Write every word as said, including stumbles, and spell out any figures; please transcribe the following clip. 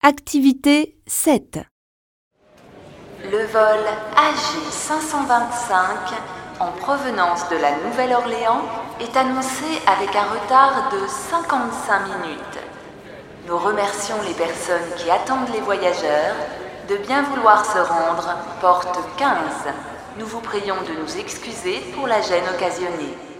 Activité sept. Le vol A G cinq cent vingt-cinq en provenance de la Nouvelle-Orléans est annoncé avec un retard de cinquante-cinq minutes. Nous remercions les personnes qui attendent les voyageurs de bien vouloir se rendre porte quinze. Nous vous prions de nous excuser pour la gêne occasionnée.